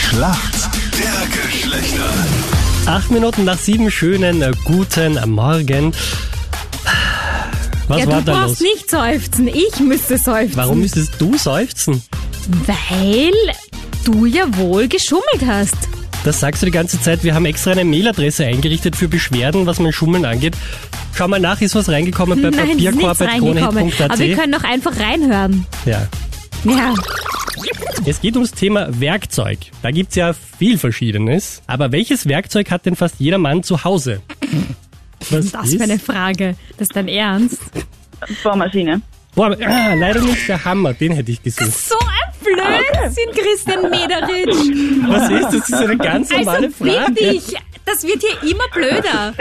Schlacht der Geschlechter. 8 Minuten nach 7, schönen guten Morgen. Was war da los? Du brauchst nicht seufzen, ich müsste seufzen. Warum müsstest du seufzen? Weil du ja wohl geschummelt hast. Das sagst du die ganze Zeit. Wir haben extra eine Mailadresse eingerichtet für Beschwerden, was mein Schummeln angeht. Schau mal nach, ist was reingekommen bei papierkorb@kronehit.at. Aber wir können doch einfach reinhören. Ja. Es geht ums Thema Werkzeug. Da gibt's ja viel Verschiedenes. Aber welches Werkzeug hat denn fast jeder Mann zu Hause? Was Das ist eine Frage. Das ist dein Ernst? Bohrmaschine. Boah, leider nicht der Hammer, den hätte ich gesucht. So ein Blödsinn, Christian Mederitsch. Was ist das? Das ist eine ganz normale Frage. Wirklich, das wird hier immer blöder.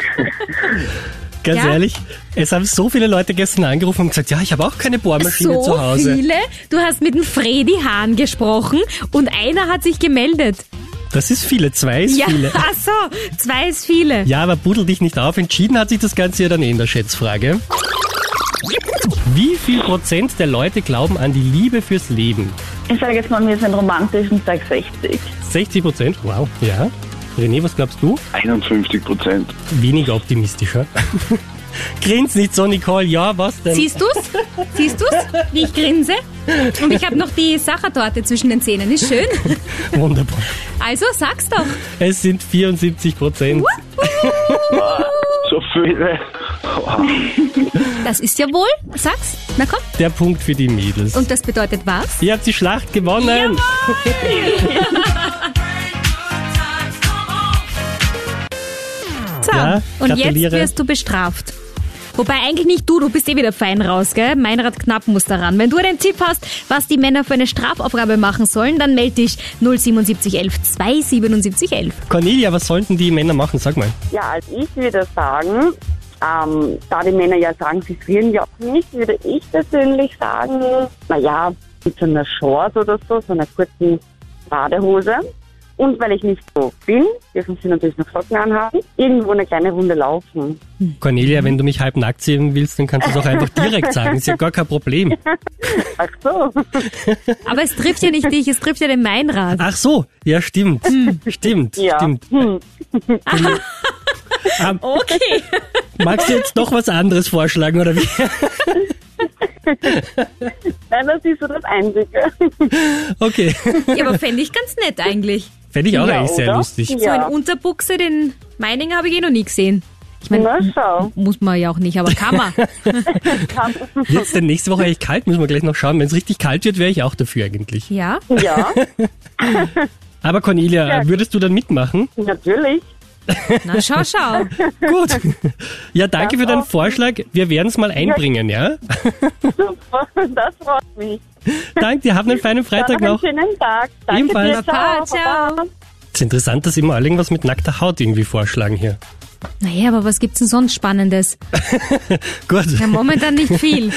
Ganz ehrlich, es haben so viele Leute gestern angerufen und gesagt, ja, ich habe auch keine Bohrmaschine zu Hause. So viele? Du hast mit dem Fredi Hahn gesprochen und einer hat sich gemeldet. Das ist viele, 2 ist viele. Ach so, 2 ist viele. Ja, aber buddel dich nicht auf. Entschieden hat sich das Ganze ja dann in der Schätzfrage. Wie viel % der Leute glauben an die Liebe fürs Leben? Ich sage jetzt mal, wir sind romantisch und sage 60. 60%? Wow, ja. René, was glaubst du? 51%. Weniger optimistischer. Grins nicht so, Nicole. Ja, was denn? Siehst du's? Wie ich grinse? Und ich habe noch die Sachertorte zwischen den Zähnen. Ist schön. Wunderbar. Also, sag's doch. Es sind 74%. So viele. Das ist ja wohl. Sag's. Na komm. Der Punkt für die Mädels. Und das bedeutet was? Ihr habt die Schlacht gewonnen. So, Ja, und jetzt gratuliere. wirst du bestraft. Wobei eigentlich nicht du bist eh wieder fein raus, gell? Meinrad Knapp muss daran. Wenn du einen Tipp hast, was die Männer für eine Strafaufgabe machen sollen, dann melde dich 07711 27711. Cornelia, was sollten die Männer machen? Sag mal. Ja, also ich würde sagen, da die Männer ja sagen, sie frieren ja auch nicht, würde ich persönlich sagen, naja, mit so einer Shorts oder so einer kurzen Badehose. Und weil ich nicht so bin, dürfen sie natürlich noch Socken anhaben, irgendwo eine kleine Runde laufen. Cornelia, wenn du mich halb nackt sehen willst, dann kannst du es auch einfach direkt sagen. Ist ja gar kein Problem. Ach so. Aber es trifft ja nicht dich, es trifft ja den Meinrad. Ach so, ja, stimmt. Stimmt. Okay. Magst du jetzt noch was anderes vorschlagen, oder wie? Nein, das ist so das Einzige. Okay. Ja, aber fände ich ganz nett eigentlich. Fände ich auch Ja, eigentlich sehr oder? lustig. Ja. So in Unterbuchse, den Meininger habe ich eh noch nie gesehen. Ich meine, Na schau. muss man ja auch nicht, aber kann man. Jetzt denn nächste Woche eigentlich kalt, müssen wir gleich noch schauen. Wenn es richtig kalt wird, wäre ich auch dafür eigentlich. Ja? Ja, Aber Cornelia, Ja. würdest du dann mitmachen? natürlich. Na, schau. Gut. Ja, danke für deinen Vorschlag. Wir werden es mal einbringen, ja? Super, das freut mich. Danke dir, hab einen feinen Freitag Dann noch. einen schönen Tag. Danke Ebenfalls. dir. Papa, ciao. Es ist interessant, dass immer alle irgendwas mit nackter Haut irgendwie vorschlagen hier. Naja, aber was gibt's denn sonst Spannendes? Gut. Ja, momentan nicht viel.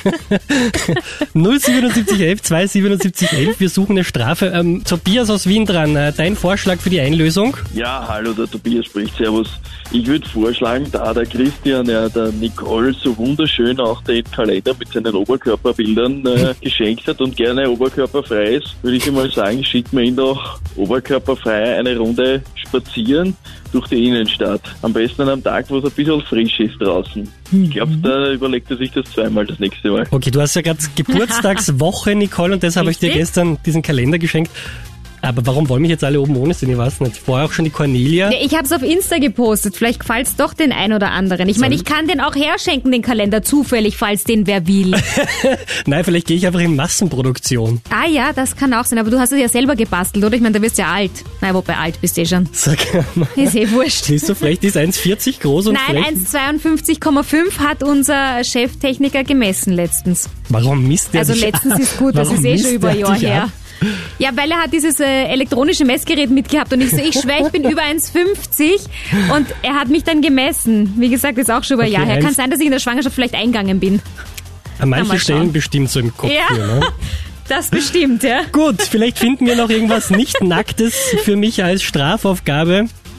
07711 27711. Wir suchen eine Strafe. Tobias aus Wien dran. Dein Vorschlag für die Einlösung? Ja, hallo, der Tobias spricht, servus. Ich würde vorschlagen, da der Christian ja der Nicole so wunderschön auch den Kalender mit seinen Oberkörperbildern geschenkt hat und gerne oberkörperfrei ist, würde ich mal sagen, schickt man ihn doch oberkörperfrei eine Runde spazieren durch die Innenstadt. Am besten an einem Tag, wo es ein bisschen frisch ist draußen. Ich glaube, da überlegt er sich das zweimal das nächste Mal. Okay, du hast ja gerade Geburtstagswoche, Nicole, und deshalb habe ich dir Richtig. gestern diesen Kalender geschenkt. Aber warum wollen mich jetzt alle oben ohne sehen? Ich weiß nicht. Vorher auch schon die Cornelia. Ja, ich habe es auf Insta gepostet. Vielleicht gefällt's doch den ein oder anderen. Ich meine, ich kann den auch herschenken, den Kalender, zufällig, falls den wer will. Nein, vielleicht gehe ich einfach in Massenproduktion. Ah ja, das kann auch sein. Aber du hast es ja selber gebastelt, oder? Ich meine, da wirst du ja alt. Nein, wobei alt bist du eh schon. Sag mal. Ist eh wurscht. Siehst du, vielleicht ist 1,40 groß und Nein, frech. 1,52,5 hat unser Cheftechniker gemessen letztens. Warum misst der Also dich letztens ab? ist gut, das Warum ist eh misst schon über ein der Jahr dich her. ab? Ja, weil er hat dieses elektronische Messgerät mitgehabt und ich so, ich schwöre, ich bin über 1,50 und er hat mich dann gemessen. Wie gesagt, ist auch schon über ein Okay, Jahr her. Kann 1. sein, dass ich in der Schwangerschaft vielleicht eingegangen bin. An mal manchen Stellen schauen. bestimmt so im Kopf. Ja. Hier, ne? Das bestimmt, ja. Gut, vielleicht finden wir noch irgendwas nicht Nacktes für mich als Strafaufgabe.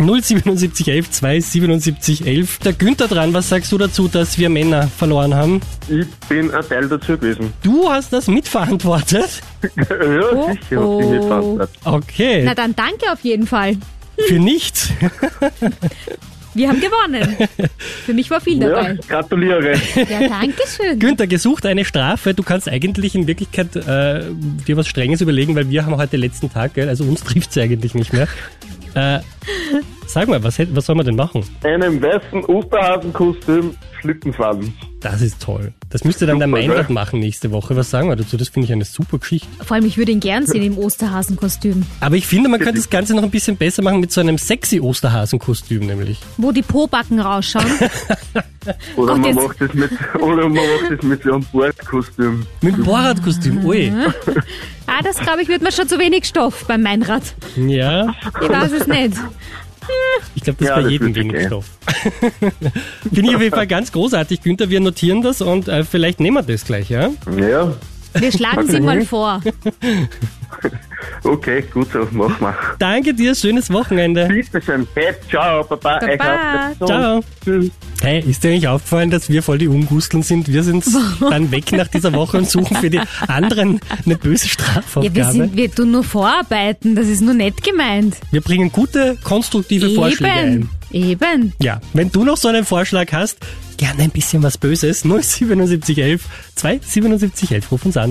07711 27711. Der Günther dran, was sagst du dazu, dass wir Männer verloren haben? Ich bin ein Teil dazu gewesen. Du hast das mitverantwortet? Ja, sicher, hab ich mitverantwortet. Okay, Na dann danke auf jeden Fall. für nichts. Wir haben gewonnen. Für mich war viel Ja, dabei. gratuliere. Ja, danke schön. Günther, gesucht eine Strafe. Du kannst eigentlich in Wirklichkeit dir was Strenges überlegen, weil wir haben heute letzten Tag, gell? Also uns trifft es eigentlich nicht mehr. Sag mal, was soll man denn machen? Einem weißen Osterhasenkostüm Schlitten fahren. Das ist toll. Das müsste dann der Super, Meinrad gell? machen nächste Woche. Was sagen wir dazu? Das finde ich eine super Geschichte. Vor allem, ich würde ihn gern sehen im Osterhasenkostüm. Aber ich finde, man könnte das Ganze noch ein bisschen besser machen mit so einem sexy Osterhasenkostüm nämlich. Wo die Pobacken rausschauen. Oder Gott, man jetzt- macht das mit so einem Bordkostüm. Mit dem Borat-Kostüm, ui. Das glaube ich, wird mir schon zu wenig Stoff beim Meinrad. Ja, Ich weiß es nicht. ich glaube, das ist Ja, bei das jedem wird wenig okay. Stoff. Finde ich auf jeden Fall ganz großartig, Günther. Wir notieren das und vielleicht nehmen wir das gleich, ja? Ja, Wir schlagen sie mal vor. okay, gut so, machen wir. Danke dir, schönes Wochenende. Bitte schön. Hey, ciao, Baba. Baba. Ciao. Tschüss. Hey, ist dir eigentlich aufgefallen, dass wir voll die Ungusteln sind? Wir sind dann weg nach dieser Woche und suchen für die anderen eine böse Ja, Strafaufgabe. wir tun nur vorarbeiten. Das ist nur nett gemeint. Wir bringen gute, konstruktive Vorschläge ein. Eben. Ja, wenn du noch so einen Vorschlag hast, gerne ein bisschen was Böses. 07711 27711, ruf uns an.